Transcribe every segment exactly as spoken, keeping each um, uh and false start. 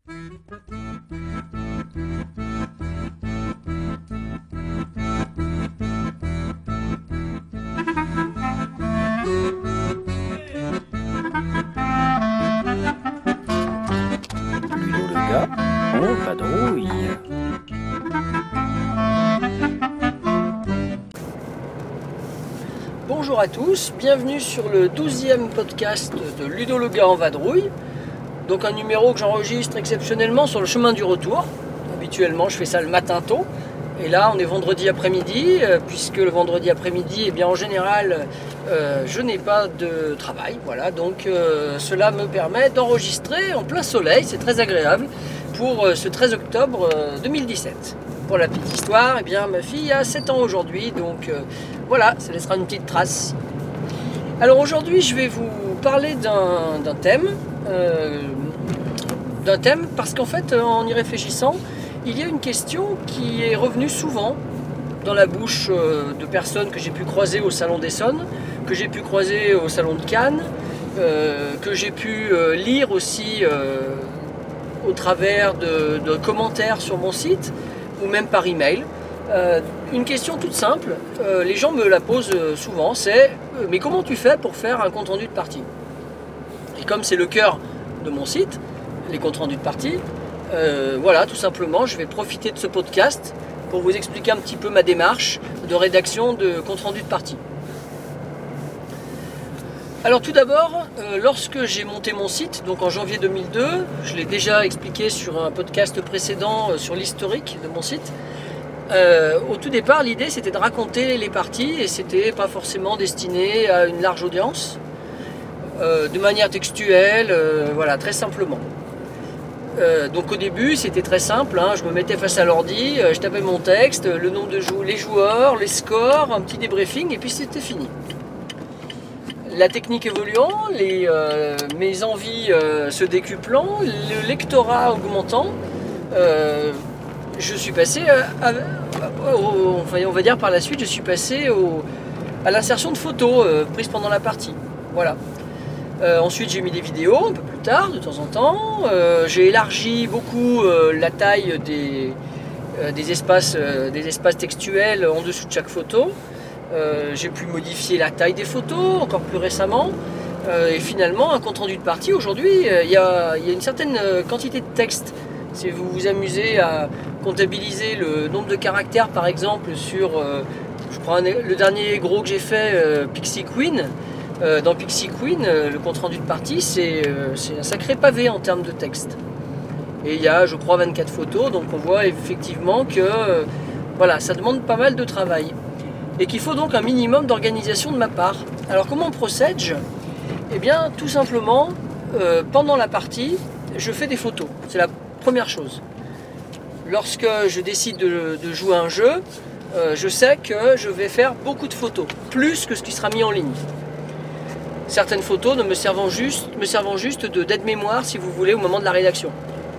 Ludo le gars en vadrouille. Bonjour à tous, bienvenue sur le douzième podcast de Ludo le gars en vadrouille. Donc un numéro que j'enregistre exceptionnellement sur le chemin du retour. Habituellement je fais ça le matin tôt. Et là on est vendredi après-midi, euh, puisque le vendredi après-midi, eh bien, en général euh, je n'ai pas de travail. Voilà, donc euh, cela me permet d'enregistrer en plein soleil, c'est très agréable, pour euh, ce treize octobre euh, deux mille dix-sept. Pour la petite histoire, eh bien, ma fille a sept ans aujourd'hui, donc euh, voilà, ça laissera une petite trace. Alors aujourd'hui je vais vous parler d'un, d'un thème, euh, d'un thème parce qu'en fait en y réfléchissant, il y a une question qui est revenue souvent dans la bouche de personnes que j'ai pu croiser au Salon d'Essonne, que j'ai pu croiser au Salon de Cannes, euh, que j'ai pu lire aussi euh, au travers de, de commentaires sur mon site ou même par email. Euh, une question toute simple, euh, les gens me la posent souvent, c'est euh, mais comment tu fais pour faire un compte rendu de partie? Et comme c'est le cœur de mon site, les comptes rendus de partie, Euh, voilà, tout simplement, je vais profiter de ce podcast pour vous expliquer un petit peu ma démarche de rédaction de compte rendu de partie. Alors tout d'abord, euh, lorsque j'ai monté mon site, donc en janvier deux mille deux, je l'ai déjà expliqué sur un podcast précédent euh, sur l'historique de mon site. Euh, au tout départ, l'idée c'était de raconter les parties et c'était pas forcément destiné à une large audience, euh, de manière textuelle, euh, voilà, très simplement. Euh, donc au début c'était très simple, hein, je me mettais face à l'ordi, euh, je tapais mon texte, le nombre de jou- les joueurs, les scores, un petit débriefing et puis c'était fini. La technique évoluant, les, euh, mes envies euh, se décuplant, le lectorat augmentant, euh, je suis passé à, à, à, au, enfin, on va dire par la suite, je suis passé au, à l'insertion de photos euh, prises pendant la partie. Voilà. Euh, ensuite j'ai mis des vidéos un peu plus tard de temps en temps, euh, j'ai élargi beaucoup euh, la taille des, euh, des, espaces, euh, des espaces textuels en dessous de chaque photo, euh, j'ai pu modifier la taille des photos encore plus récemment, euh, et finalement un compte rendu de partie aujourd'hui, il euh, y, y a une certaine quantité de texte. Si vous vous amusez à comptabiliser le nombre de caractères par exemple sur, euh, je prends un, le dernier gros que j'ai fait, euh, Pixie Queen. Euh, dans Pixie Queen, euh, le compte rendu de partie, c'est, euh, c'est un sacré pavé en termes de texte. Et il y a, je crois, vingt-quatre photos, donc on voit effectivement que euh, voilà, ça demande pas mal de travail. Et qu'il faut donc un minimum d'organisation de ma part. Alors comment procède-je? Eh bien, tout simplement, euh, pendant la partie, je fais des photos. C'est la première chose. Lorsque je décide de, de jouer à un jeu, euh, je sais que je vais faire beaucoup de photos, plus que ce qui sera mis en ligne. Certaines photos ne me servant juste, me servant juste de d'aide-mémoire, si vous voulez, au moment de la rédaction.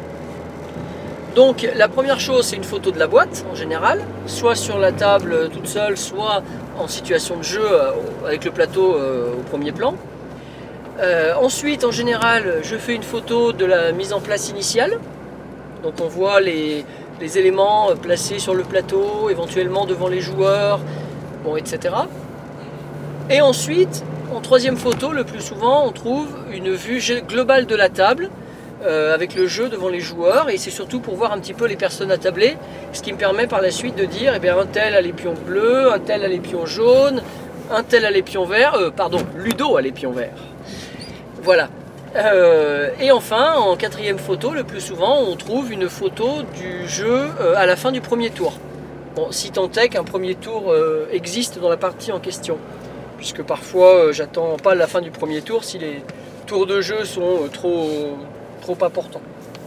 Donc la première chose, c'est une photo de la boîte, en général, soit sur la table toute seule, soit en situation de jeu, avec le plateau euh, au premier plan. Euh, ensuite, en général, je fais une photo de la mise en place initiale. Donc on voit les, les éléments placés sur le plateau, éventuellement devant les joueurs, bon, et cetera. Et ensuite, en troisième photo, le plus souvent, on trouve une vue globale de la table euh, avec le jeu devant les joueurs, et c'est surtout pour voir un petit peu les personnes attablées, ce qui me permet par la suite de dire, eh bien, un tel a les pions bleus, un tel a les pions jaunes, un tel a les pions verts, euh, pardon, Ludo a les pions verts. Voilà. Euh, et enfin, en quatrième photo, le plus souvent, on trouve une photo du jeu euh, à la fin du premier tour. Bon, si tant est qu'un premier tour euh, existe dans la partie en question. Puisque parfois euh, j'attends pas la fin du premier tour si les tours de jeu sont euh, trop, trop importants.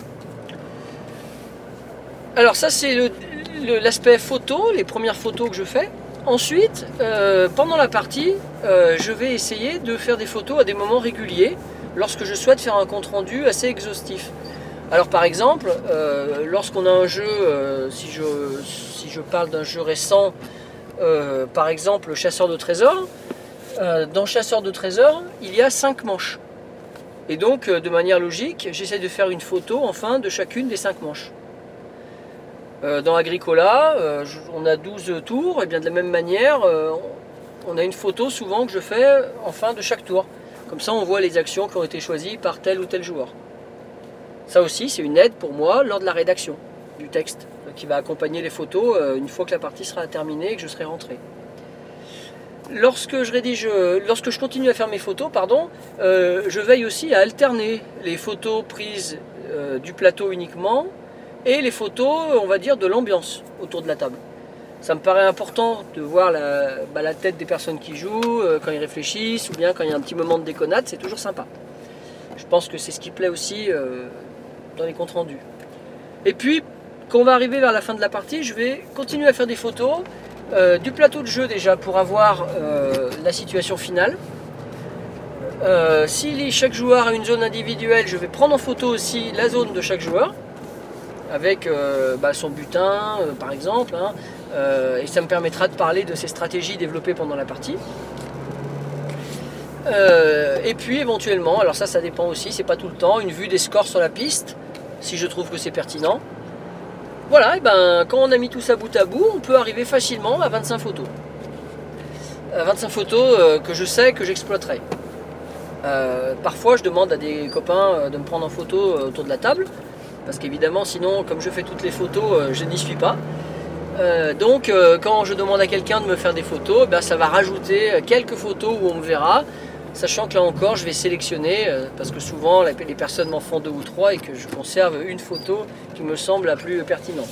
Alors ça c'est le, le, l'aspect photo, les premières photos que je fais. Ensuite, euh, pendant la partie, euh, je vais essayer de faire des photos à des moments réguliers lorsque je souhaite faire un compte rendu assez exhaustif. Alors par exemple, euh, lorsqu'on a un jeu, euh, si, je, si je parle d'un jeu récent, euh, par exemple Chasseur de trésors, Euh, dans Chasseur de trésors, il y a cinq manches. Et donc, de manière logique, j'essaie de faire une photo enfin de chacune des cinq manches. Euh, dans Agricola, euh, on a douze tours, et bien de la même manière, euh, on a une photo souvent que je fais en fin de chaque tour. Comme ça, on voit les actions qui ont été choisies par tel ou tel joueur. Ça aussi, c'est une aide pour moi lors de la rédaction du texte, qui va accompagner les photos euh, une fois que la partie sera terminée et que je serai rentré. Lorsque je rédige, lorsque je continue à faire mes photos, pardon, euh, je veille aussi à alterner les photos prises euh, du plateau uniquement et les photos, on va dire, de l'ambiance autour de la table. Ça me paraît important de voir la, bah, la tête des personnes qui jouent, euh, quand ils réfléchissent, ou bien quand il y a un petit moment de déconnade, c'est toujours sympa. Je pense que c'est ce qui plaît aussi euh, dans les comptes rendus. Et puis, quand on va arriver vers la fin de la partie, je vais continuer à faire des photos euh, du plateau de jeu déjà pour avoir euh, la situation finale. Euh, si chaque joueur a une zone individuelle, je vais prendre en photo aussi la zone de chaque joueur avec euh, bah, son butin euh, par exemple, hein, euh, et ça me permettra de parler de ses stratégies développées pendant la partie. Euh, et puis éventuellement, alors ça ça dépend aussi, c'est pas tout le temps, une vue des scores sur la piste, si je trouve que c'est pertinent. Voilà, et ben quand on a mis tout ça bout à bout, on peut arriver facilement à vingt-cinq photos. À vingt-cinq photos euh, que je sais que j'exploiterai. Euh, parfois je demande à des copains euh, de me prendre en photo euh, autour de la table, parce qu'évidemment sinon comme je fais toutes les photos, euh, je n'y suis pas. Euh, donc euh, quand je demande à quelqu'un de me faire des photos, ben, ça va rajouter quelques photos où on me verra, sachant que là encore je vais sélectionner, euh, parce que souvent les personnes m'en font deux ou trois et que je conserve une photo qui me semble la plus pertinente.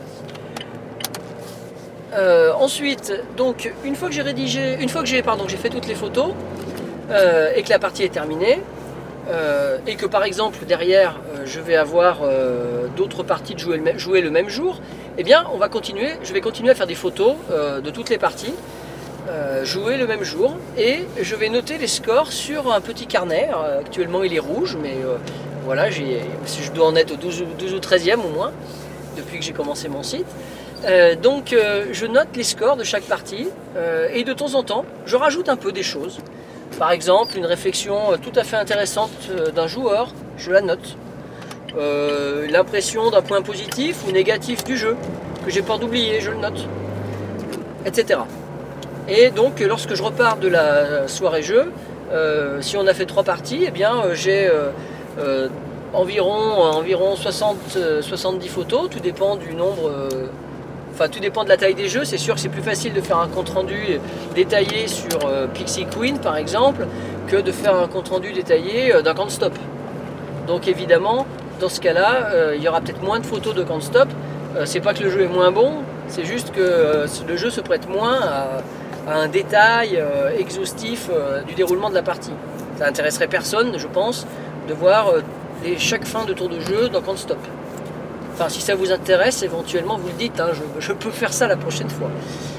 Euh, ensuite, donc une fois que j'ai rédigé, une fois que j'ai pardon, j'ai fait toutes les photos euh, et que la partie est terminée, euh, et que par exemple derrière euh, je vais avoir euh, d'autres parties de jouer le, même, jouer le même jour, eh bien on va continuer, je vais continuer à faire des photos euh, de toutes les parties, euh, jouer le même jour, et je vais noter les scores sur un petit carnet. Alors, actuellement il est rouge, mais euh, voilà, j'ai, je dois en être au douze, douze ou treizième au moins, depuis que j'ai commencé mon site. Euh, donc euh, je note les scores de chaque partie, euh, et de temps en temps je rajoute un peu des choses. Par exemple, une réflexion tout à fait intéressante d'un joueur, je la note. Euh, l'impression d'un point positif ou négatif du jeu, que j'ai peur d'oublier, je le note, et cetera. Et donc, lorsque je repars de la soirée jeu, euh, si on a fait trois parties, eh bien, euh, j'ai euh, euh, environ, environ soixante à soixante-dix photos, tout dépend du nombre... Euh, Enfin, tout dépend de la taille des jeux. C'est sûr que c'est plus facile de faire un compte-rendu détaillé sur euh, Pixie Queen, par exemple, que de faire un compte-rendu détaillé euh, d'un camp stop. Donc évidemment, dans ce cas-là, euh, il y aura peut-être moins de photos de camp stop. Euh, c'est pas que le jeu est moins bon, c'est juste que euh, le jeu se prête moins à, à un détail euh, exhaustif euh, du déroulement de la partie. Ça n'intéresserait personne, je pense, de voir euh, les, chaque fin de tour de jeu dans camp stop. Enfin, si ça vous intéresse, éventuellement, vous le dites, hein, je, je peux faire ça la prochaine fois.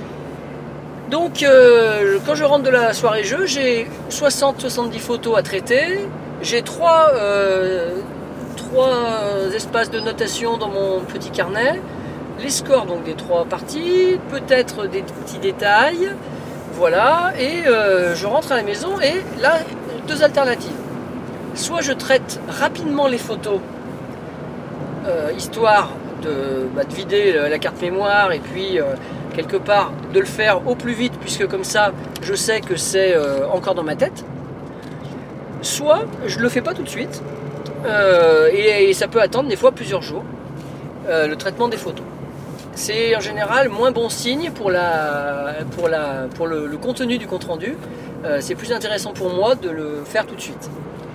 Donc, euh, quand je rentre de la soirée jeu, j'ai soixante à soixante-dix photos à traiter. J'ai trois, euh, trois espaces de notation dans mon petit carnet. Les scores donc des trois parties, peut-être des petits détails. Voilà, et euh, je rentre à la maison et là, deux alternatives. Soit je traite rapidement les photos, Euh, histoire de, bah, de vider la carte mémoire et puis euh, quelque part de le faire au plus vite, puisque comme ça je sais que c'est euh, encore dans ma tête. Soit je ne le fais pas tout de suite euh, et, et ça peut attendre des fois plusieurs jours, euh, le traitement des photos. C'est en général moins bon signe pour, la, pour, la, pour le, le contenu du compte rendu. Euh, c'est plus intéressant pour moi de le faire tout de suite.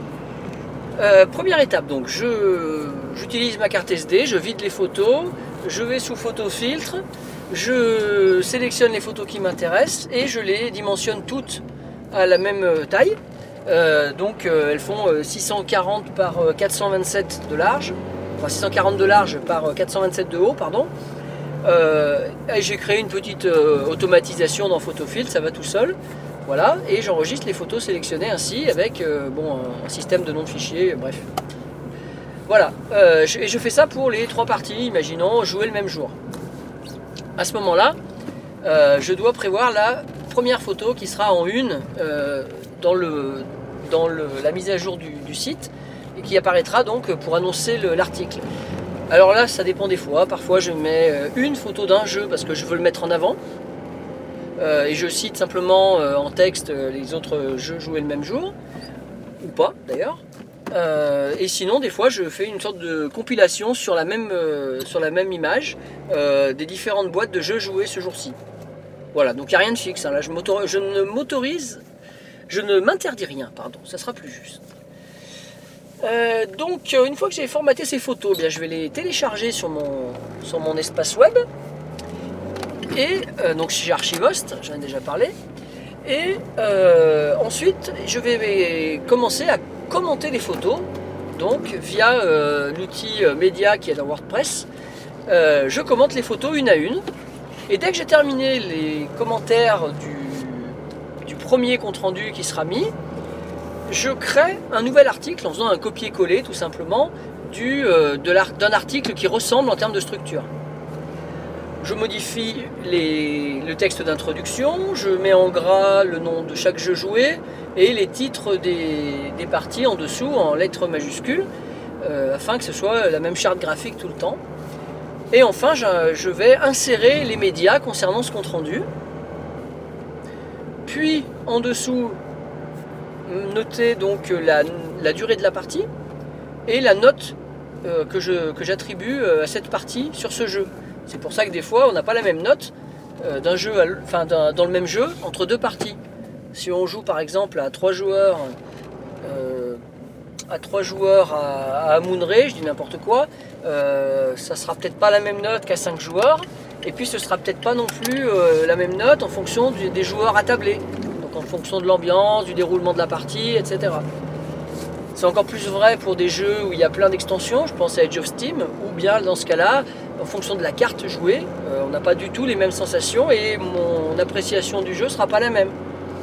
Euh, première étape, donc je, j'utilise ma carte S D, je vide les photos, je vais sous photo filtre, je sélectionne les photos qui m'intéressent et je les dimensionne toutes à la même taille. Euh, donc euh, elles font six cent quarante par quatre cent vingt-sept de large, enfin six cent quarante de large par quatre cent vingt-sept de haut, pardon. Euh, et j'ai créé une petite euh, automatisation dans PhotoFiltre, ça va tout seul. Voilà, et j'enregistre les photos sélectionnées ainsi avec euh, bon, un système de nom de fichier, bref. Voilà, euh, je, et je fais ça pour les trois parties, imaginons jouer le même jour. À ce moment-là, euh, je dois prévoir la première photo qui sera en une euh, dans, le, dans le, la mise à jour du, du site et qui apparaîtra donc pour annoncer l'article. Alors là, ça dépend des fois. Parfois, je mets une photo d'un jeu parce que je veux le mettre en avant. Euh, et je cite simplement euh, en texte euh, les autres jeux joués le même jour. Ou pas, d'ailleurs. Euh, et sinon, des fois, je fais une sorte de compilation sur la même, euh, sur la même image euh, des différentes boîtes de jeux joués ce jour-ci. Voilà, donc il n'y a rien de fixe. Hein. Là, je, je ne m'autorise, je ne m'interdis rien, pardon, ça sera plus juste. Euh, donc, une fois que j'ai formaté ces photos, eh bien, je vais les télécharger sur mon, sur mon espace web. Et euh, donc, chez Archivost, j'en ai déjà parlé. Et euh, ensuite, je vais commencer à commenter les photos, donc via euh, l'outil média qui est dans WordPress. Euh, je commente les photos une à une. Et dès que j'ai terminé les commentaires du, du premier compte-rendu qui sera mis, je crée un nouvel article en faisant un copier-coller tout simplement du, euh, d'un article qui ressemble en termes de structure. Je modifie les, le texte d'introduction, je mets en gras le nom de chaque jeu joué et les titres des, des parties en dessous en lettres majuscules euh, afin que ce soit la même charte graphique tout le temps. Et enfin, je, je vais insérer les médias concernant ce compte-rendu. Puis en dessous, noter donc la, la durée de la partie et la note euh, que je, que j'attribue à cette partie sur ce jeu. C'est pour ça que des fois on n'a pas la même note euh, d'un jeu, à, enfin d'un, dans le même jeu entre deux parties. Si on joue par exemple à trois joueurs, euh, à trois joueurs à, à Moonray, je dis n'importe quoi, euh, ça sera peut-être pas la même note qu'à cinq joueurs. Et puis ce sera peut-être pas non plus euh, la même note en fonction du, des joueurs attablés. Donc en fonction de l'ambiance, du déroulement de la partie, et cetera. C'est encore plus vrai pour des jeux où il y a plein d'extensions, je pense à Age of Steam, ou bien dans ce cas-là, en fonction de la carte jouée, euh, on n'a pas du tout les mêmes sensations et mon appréciation du jeu ne sera pas la même.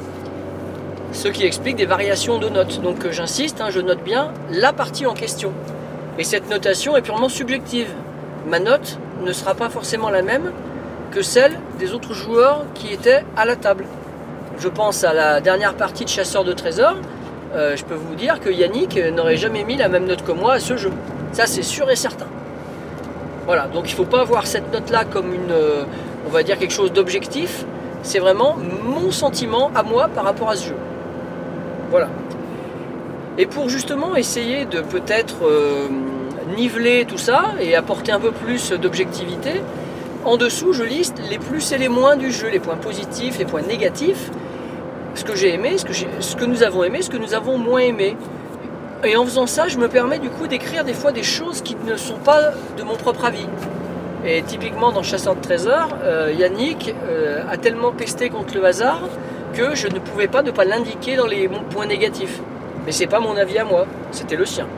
Ce qui explique des variations de notes. Donc euh, j'insiste, hein, je note bien la partie en question. Et cette notation est purement subjective. Ma note ne sera pas forcément la même que celle des autres joueurs qui étaient à la table. Je pense à la dernière partie de Chasseur de Trésors. Euh, je peux vous dire que Yannick n'aurait jamais mis la même note que moi à ce jeu. Ça, c'est sûr et certain. Voilà, donc il ne faut pas voir cette note-là comme une, euh, on va dire quelque chose d'objectif. C'est vraiment mon sentiment à moi par rapport à ce jeu. Voilà. Et pour justement essayer de peut-être euh, niveler tout ça et apporter un peu plus d'objectivité, en dessous, je liste les plus et les moins du jeu, les points positifs, les points négatifs, ce que j'ai aimé, ce que, j'ai, ce que nous avons aimé, ce que nous avons moins aimé. Et en faisant ça, je me permets du coup d'écrire des fois des choses qui ne sont pas de mon propre avis. Et typiquement dans Chasseur de Trésors, euh, Yannick euh, a tellement pesté contre le hasard que je ne pouvais pas ne pas l'indiquer dans les points négatifs. Mais c'est pas mon avis à moi, c'était le sien.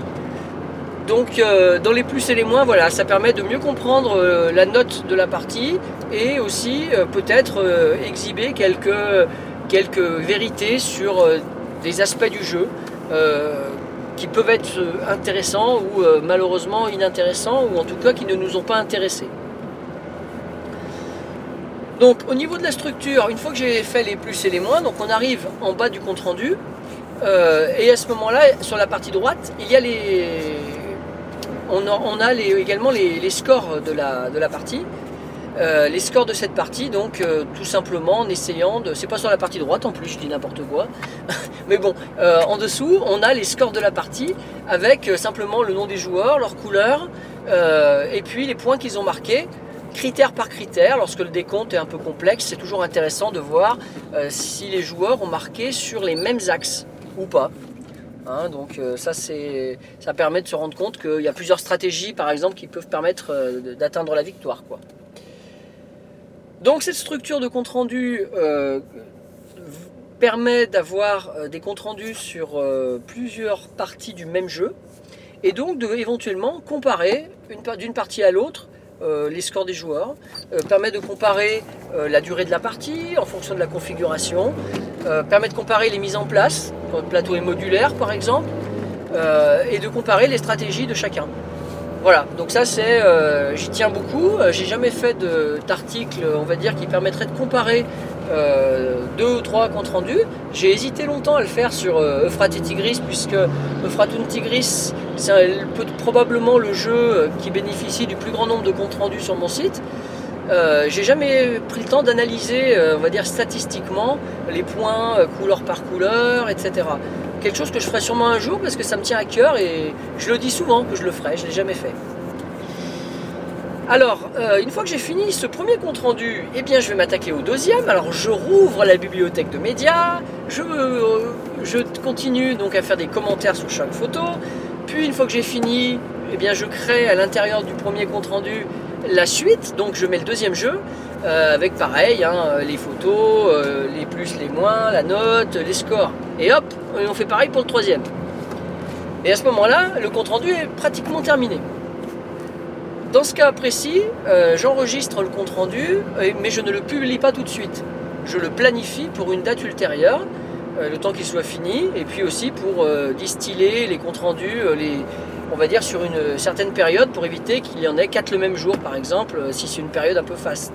Donc euh, dans les plus et les moins, voilà, ça permet de mieux comprendre euh, la note de la partie et aussi euh, peut-être euh, exhiber quelques, quelques vérités sur euh, des aspects du jeu euh, qui peuvent être intéressants ou euh, malheureusement inintéressants ou en tout cas qui ne nous ont pas intéressés. Donc au niveau de la structure, une fois que j'ai fait les plus et les moins, donc on arrive en bas du compte rendu euh, et à ce moment-là, sur la partie droite, il y a les... On a, on a les, également les, les scores de la, de la partie, euh, les scores de cette partie, donc euh, tout simplement en essayant de... C'est pas sur la partie droite en plus, je dis n'importe quoi, mais bon, euh, en dessous, on a les scores de la partie avec euh, simplement le nom des joueurs, leur couleur, euh, et puis les points qu'ils ont marqués, critère par critère. Lorsque le décompte est un peu complexe, c'est toujours intéressant de voir euh, si les joueurs ont marqué sur les mêmes axes ou pas. Hein, donc euh, ça, c'est, ça permet de se rendre compte qu'il y a plusieurs stratégies par exemple qui peuvent permettre euh, d'atteindre la victoire, quoi. Donc cette structure de compte rendu euh, permet d'avoir euh, des comptes rendus sur euh, plusieurs parties du même jeu et donc de éventuellement comparer une, d'une partie à l'autre euh, les scores des joueurs, euh, permet de comparer euh, la durée de la partie en fonction de la configuration, euh, permet de comparer les mises en place, quand le plateau est modulaire par exemple, euh, et de comparer les stratégies de chacun. Voilà, donc ça c'est, euh, j'y tiens beaucoup. Euh, J'ai jamais fait d'article, on va dire, qui permettrait de comparer euh, deux ou trois comptes rendus. J'ai hésité longtemps à le faire sur euh, Euphrate et Tigris, puisque Euphratum Tigris, c'est un- peut- probablement le jeu qui bénéficie du plus grand nombre de comptes rendus sur mon site. Euh, j'ai jamais pris le temps d'analyser, euh, on va dire statistiquement, les points euh, couleur par couleur, et cetera. Quelque chose que je ferai sûrement un jour parce que ça me tient à cœur et je le dis souvent que je le ferai, je ne l'ai jamais fait. Alors, euh, une fois que j'ai fini ce premier compte rendu, eh bien, je vais m'attaquer au deuxième. Alors, je rouvre la bibliothèque de médias, je, euh, je continue donc à faire des commentaires sur chaque photo. Puis, une fois que j'ai fini, eh bien, je crée à l'intérieur du premier compte rendu la suite. Donc, je mets le deuxième jeu euh, avec pareil, hein, les photos, euh, les plus, les moins, la note, les scores. Et hop, on fait pareil pour le troisième. Et à ce moment-là, le compte rendu est pratiquement terminé. Dans ce cas précis, euh, j'enregistre le compte rendu, euh, mais je ne le publie pas tout de suite. Je le planifie pour une date ultérieure, euh, le temps qu'il soit fini, et puis aussi pour euh, distiller les comptes rendus, euh, les, on va dire sur une certaine période, pour éviter qu'il y en ait quatre le même jour, par exemple, euh, si c'est une période un peu faste.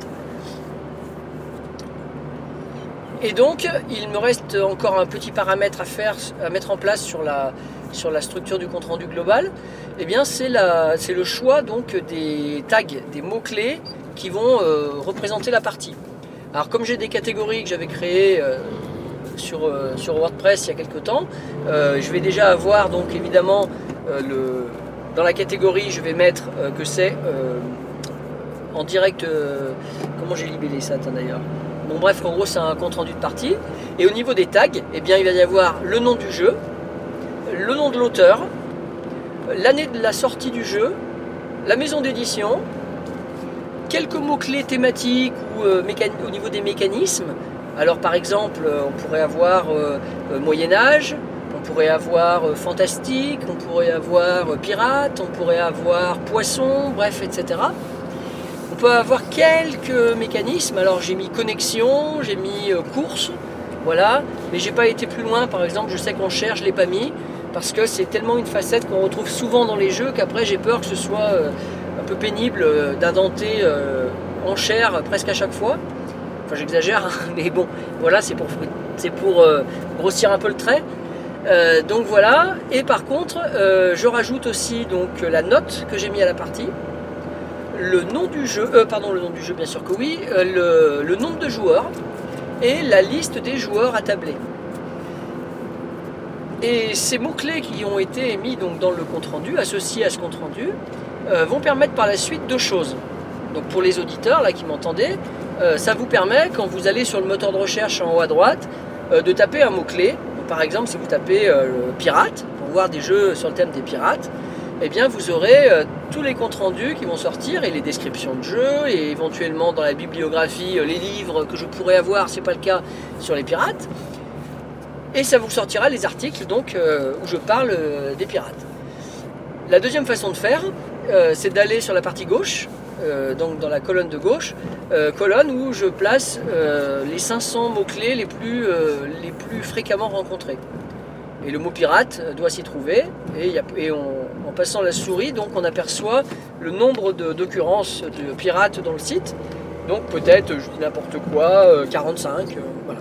Et donc, il me reste encore un petit paramètre à faire, à mettre en place sur la, sur la structure du compte rendu global. Eh bien, c'est le choix donc des tags, des mots-clés qui vont euh, représenter la partie. Alors, comme j'ai des catégories que j'avais créées euh, sur, euh, sur WordPress il y a quelques temps, euh, je vais déjà avoir donc évidemment euh, le, dans la catégorie, je vais mettre euh, que c'est euh, en direct. Euh, comment j'ai libellé ça d'ailleurs? Bon bref, en gros c'est un compte rendu de partie. Et au niveau des tags, eh bien, il va y avoir le nom du jeu, le nom de l'auteur, l'année de la sortie du jeu, la maison d'édition, quelques mots-clés thématiques ou euh, au niveau des mécanismes. Alors par exemple, on pourrait avoir euh, euh, Moyen-Âge, on pourrait avoir euh, fantastique, on pourrait avoir euh, pirate, on pourrait avoir poisson, bref, et cetera. On peut avoir quelques mécanismes, alors j'ai mis connexion, j'ai mis euh, course, voilà, mais j'ai pas été plus loin. Par exemple, je sais qu'en chair, je l'ai pas mis, parce que c'est tellement une facette qu'on retrouve souvent dans les jeux qu'après j'ai peur que ce soit euh, un peu pénible euh, d'indenter euh, en chair presque à chaque fois. Enfin j'exagère, hein, mais bon, voilà, c'est pour, c'est pour euh, grossir un peu le trait. Euh, donc voilà, et par contre, euh, je rajoute aussi donc la note que j'ai mis à la partie, le nom du jeu, euh, pardon, le nom du jeu bien sûr que oui, euh, le, le nombre de joueurs et la liste des joueurs à tabler. Et ces mots-clés qui ont été émis donc dans le compte-rendu, associés à ce compte-rendu, euh, vont permettre par la suite deux choses. Donc pour les auditeurs là qui m'entendaient, euh, ça vous permet, quand vous allez sur le moteur de recherche en haut à droite, euh, de taper un mot-clé. Par exemple, si vous tapez euh, pirate, pour voir des jeux sur le thème des pirates, eh bien vous aurez euh, tous les comptes rendus qui vont sortir et les descriptions de jeux et éventuellement dans la bibliographie euh, les livres que je pourrais avoir, c'est pas le cas, sur les pirates. Et ça vous sortira les articles donc euh, où je parle euh, des pirates. La deuxième façon de faire, euh, c'est d'aller sur la partie gauche, euh, donc dans la colonne de gauche, euh, colonne où je place euh, les cinq cents mots-clés les plus, euh, les plus fréquemment rencontrés. Et le mot pirate doit s'y trouver, et, y a, et on, en passant la souris, donc on aperçoit le nombre d'occurrences de, de pirates dans le site. Donc peut-être, je dis n'importe quoi, euh, quarante-cinq, euh, voilà.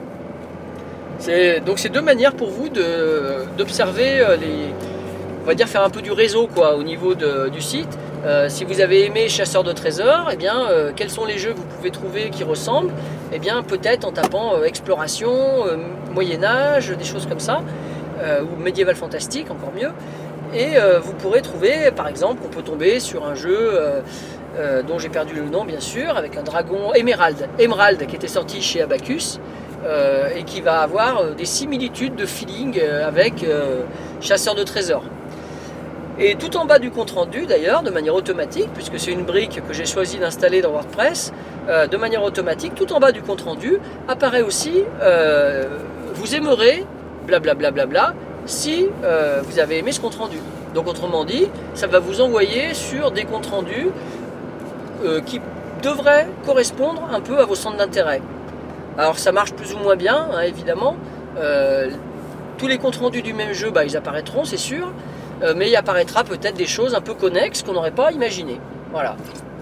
Donc c'est deux manières pour vous d'observer les, on va dire faire un peu du réseau quoi, au niveau de, du site. Euh, si vous avez aimé Chasseur de trésors, eh bien, euh, quels sont les jeux que vous pouvez trouver qui ressemblent? Eh bien, peut-être en tapant euh, exploration, euh, Moyen-Âge, des choses comme ça, euh, ou médiéval fantastique, encore mieux. Et euh, vous pourrez trouver, par exemple, on peut tomber sur un jeu euh, euh, dont j'ai perdu le nom, bien sûr, avec un dragon Emerald, Emerald qui était sorti chez Abacus. Euh, et qui va avoir euh, des similitudes de feeling euh, avec euh, Chasseur de trésors. Et tout en bas du compte rendu d'ailleurs, de manière automatique, puisque c'est une brique que j'ai choisi d'installer dans WordPress, euh, de manière automatique, tout en bas du compte rendu apparaît aussi euh, vous aimerez blablabla bla bla bla, si euh, vous avez aimé ce compte rendu. Donc autrement dit, ça va vous envoyer sur des comptes rendus euh, qui devraient correspondre un peu à vos centres d'intérêt. Alors ça marche plus ou moins bien, hein, évidemment. Euh, tous les comptes rendus du même jeu, bah, ils apparaîtront, c'est sûr. euh, mais il apparaîtra peut-être des choses un peu connexes qu'on n'aurait pas imaginées. Voilà.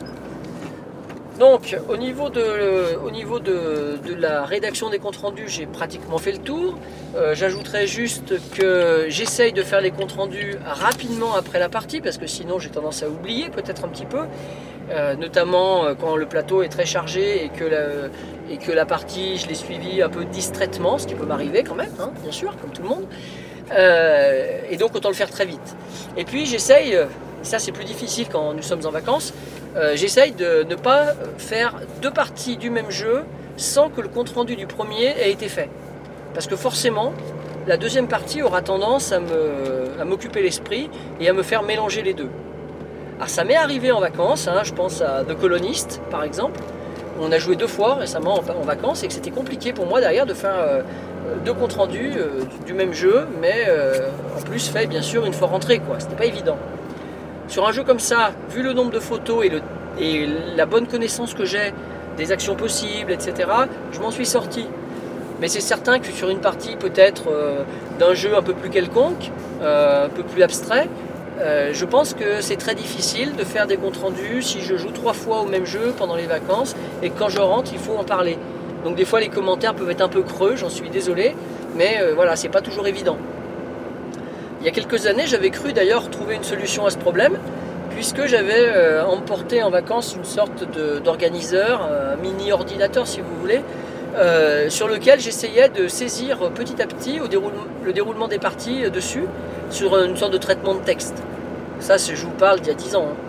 Donc, au niveau de, au niveau de, de la rédaction des comptes rendus, j'ai pratiquement fait le tour. Euh, J'ajouterai juste que j'essaye de faire les comptes rendus rapidement après la partie, parce que sinon j'ai tendance à oublier peut-être un petit peu, euh, notamment quand le plateau est très chargé et que la, et que la partie, je l'ai suivie un peu distraitement, ce qui peut m'arriver quand même, hein, bien sûr, comme tout le monde. Euh, et donc autant le faire très vite. Et puis j'essaye, ça c'est plus difficile quand nous sommes en vacances, Euh, j'essaye de ne pas faire deux parties du même jeu sans que le compte rendu du premier ait été fait. Parce que forcément, la deuxième partie aura tendance à me, à m'occuper l'esprit et à me faire mélanger les deux. Alors ça m'est arrivé en vacances, hein, je pense à The Colonist par exemple, où on a joué deux fois récemment en, en vacances et que c'était compliqué pour moi derrière de faire euh, deux comptes rendus euh, du même jeu, mais euh, en plus fait bien sûr une fois rentré, quoi. C'était pas évident. Sur un jeu comme ça, vu le nombre de photos et, le, et la bonne connaissance que j'ai des actions possibles, et cetera, je m'en suis sorti. Mais c'est certain que sur une partie peut-être euh, d'un jeu un peu plus quelconque, euh, un peu plus abstrait, euh, je pense que c'est très difficile de faire des comptes rendus si je joue trois fois au même jeu pendant les vacances et que quand je rentre, il faut en parler. Donc des fois les commentaires peuvent être un peu creux, j'en suis désolé, mais euh, voilà, c'est pas toujours évident. Il y a quelques années, j'avais cru d'ailleurs trouver une solution à ce problème, puisque j'avais euh, emporté en vacances une sorte d'organiseur, un mini ordinateur si vous voulez, euh, sur lequel j'essayais de saisir petit à petit au déroule, le déroulement des parties euh, dessus, sur une sorte de traitement de texte. Ça, je vous parle d'il y a dix ans. Hein.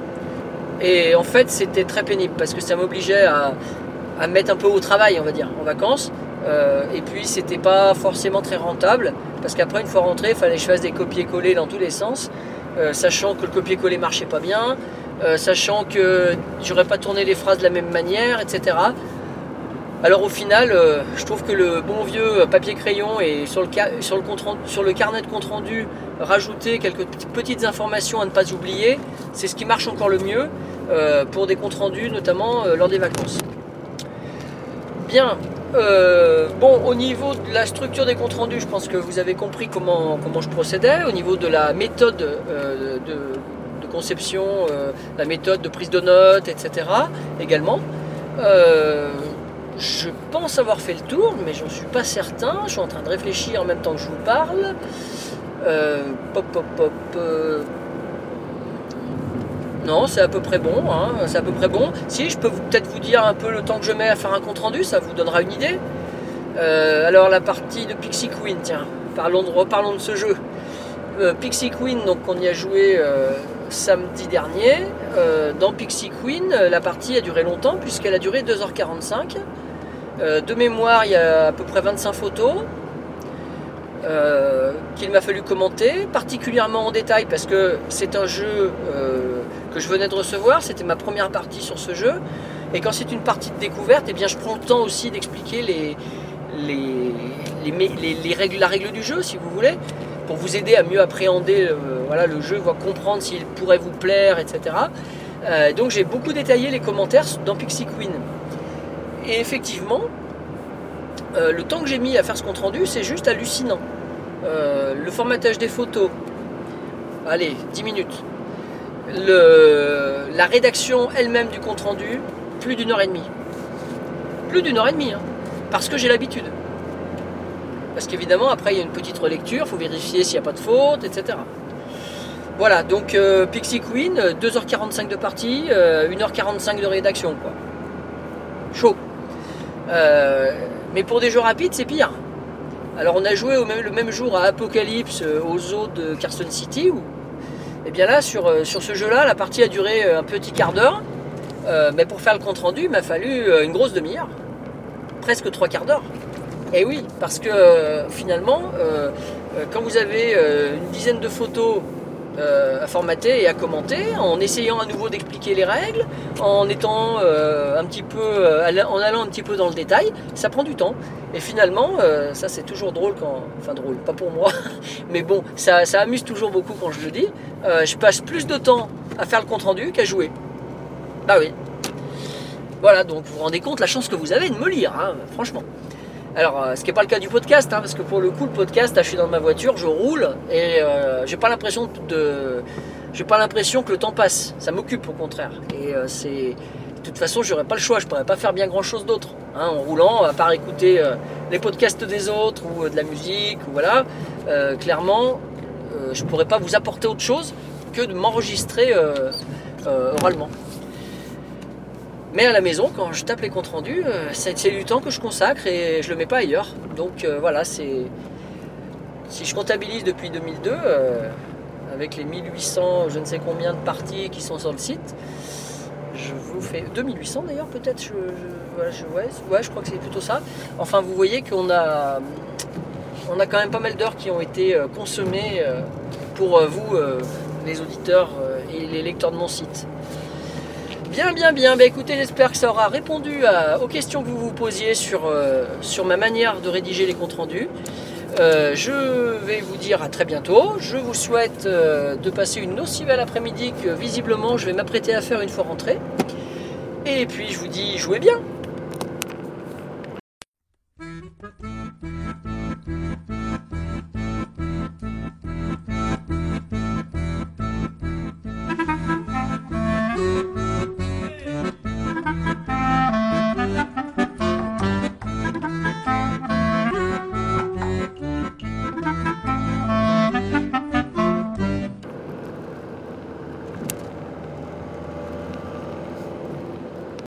Et en fait, c'était très pénible, parce que ça m'obligeait à, à me mettre un peu au travail, on va dire, en vacances. Euh, et puis c'était pas forcément très rentable parce qu'après une fois rentré il fallait que je fasse des copier-coller dans tous les sens, euh, sachant que le copier-coller marchait pas bien, euh, sachant que j'aurais pas tourné les phrases de la même manière, et cetera. Alors au final euh, je trouve que le bon vieux papier crayon et sur le, sur le, compte rendu, sur le carnet de compte rendu rajouter quelques petites informations à ne pas oublier, c'est ce qui marche encore le mieux euh, pour des comptes rendus notamment euh, lors des vacances. Bien. Euh, bon, au niveau de la structure des comptes rendus, je pense que vous avez compris comment, comment je procédais. Au niveau de la méthode euh, de, de conception, euh, la méthode de prise de notes, et cetera également. Euh, je pense avoir fait le tour, mais j'en suis pas certain. Je suis en train de réfléchir en même temps que je vous parle. Euh, pop, pop, pop. Euh, Non, c'est à peu près bon, hein, c'est à peu près bon. Si, je peux peut-être vous dire un peu le temps que je mets à faire un compte rendu, ça vous donnera une idée. Euh, alors la partie de Pixie Queen, tiens, parlons de, reparlons de ce jeu. Euh, Pixie Queen, donc on y a joué euh, samedi dernier. Euh, dans Pixie Queen, la partie a duré longtemps puisqu'elle a duré deux heures quarante-cinq. Euh, de mémoire, il y a à peu près vingt-cinq photos. Euh, qu'il m'a fallu commenter, particulièrement en détail parce que c'est un jeu euh, que je venais de recevoir, c'était ma première partie sur ce jeu, et quand c'est une partie de découverte, eh bien je prends le temps aussi d'expliquer les, les, les, les, les règles, la règle du jeu si vous voulez, pour vous aider à mieux appréhender euh, voilà, le jeu, comprendre s'il pourrait vous plaire, et cetera. Euh, donc j'ai beaucoup détaillé les commentaires dans Pixie Queen. Et effectivement, Euh, le temps que j'ai mis à faire ce compte rendu, c'est juste hallucinant. Euh, le formatage des photos, allez, dix minutes. Le, la rédaction elle-même du compte rendu, plus d'une heure et demie. Plus d'une heure et demie, hein, parce que j'ai l'habitude. Parce qu'évidemment, après, il y a une petite relecture, il faut vérifier s'il n'y a pas de faute, et cetera. Voilà, donc euh, Pixie Queen, deux heures quarante-cinq de partie, euh, une heure quarante-cinq de rédaction, quoi. Chaud. Euh, mais pour des jeux rapides, c'est pire. Alors on a joué au même, le même jour à Apocalypse, aux eaux de Carson City. Où, et bien là, sur, sur ce jeu-là, la partie a duré un petit quart d'heure. Euh, mais pour faire le compte-rendu, il m'a fallu une grosse demi-heure. Presque trois quarts d'heure. Et oui, parce que euh, finalement, euh, quand vous avez euh, une dizaine de photos euh, à formater et à commenter, en essayant à nouveau d'expliquer les règles, en étant euh, un petit peu, euh, en allant un petit peu dans le détail, ça prend du temps. Et finalement, euh, ça c'est toujours drôle quand, enfin drôle, pas pour moi, mais bon, ça, ça amuse toujours beaucoup quand je le dis. Euh, je passe plus de temps à faire le compte rendu qu'à jouer. Bah oui. Voilà, donc vous vous rendez compte la chance que vous avez de me lire, hein, franchement. Alors, euh, ce qui n'est pas le cas du podcast, hein, parce que pour le coup, le podcast, là, je suis dans ma voiture, je roule et euh, j'ai pas l'impression de, j'ai pas l'impression que le temps passe. Ça m'occupe au contraire. Et euh, c'est, de toute façon, j'aurais pas le choix. Je pourrais pas faire bien grand chose d'autre hein, en roulant, à part écouter euh, les podcasts des autres ou euh, de la musique. Ou voilà. Euh, clairement, euh, je pourrais pas vous apporter autre chose que de m'enregistrer euh, euh, oralement. Mais à la maison, quand je tape les comptes rendus, euh, c'est, c'est du temps que je consacre et je le mets pas ailleurs. Donc euh, voilà, c'est si je comptabilise depuis deux mille deux, euh, avec les mille huit cents, je ne sais combien de parties qui sont sur le site, je vous fais deux mille huit cents d'ailleurs peut-être. Je, je, voilà, je, ouais, ouais, je crois que c'est plutôt ça. Enfin, vous voyez qu'on a, on a quand même pas mal d'heures qui ont été euh, consommées euh, pour euh, vous, euh, les auditeurs euh, et les lecteurs de mon site. Bien, bien, bien. Bah, écoutez, j'espère que ça aura répondu à, aux questions que vous vous posiez sur, euh, sur ma manière de rédiger les comptes rendus. Euh, je vais vous dire à très bientôt. Je vous souhaite euh, de passer une aussi belle après-midi que visiblement je vais m'apprêter à faire une fois rentré. Et puis je vous dis jouez bien.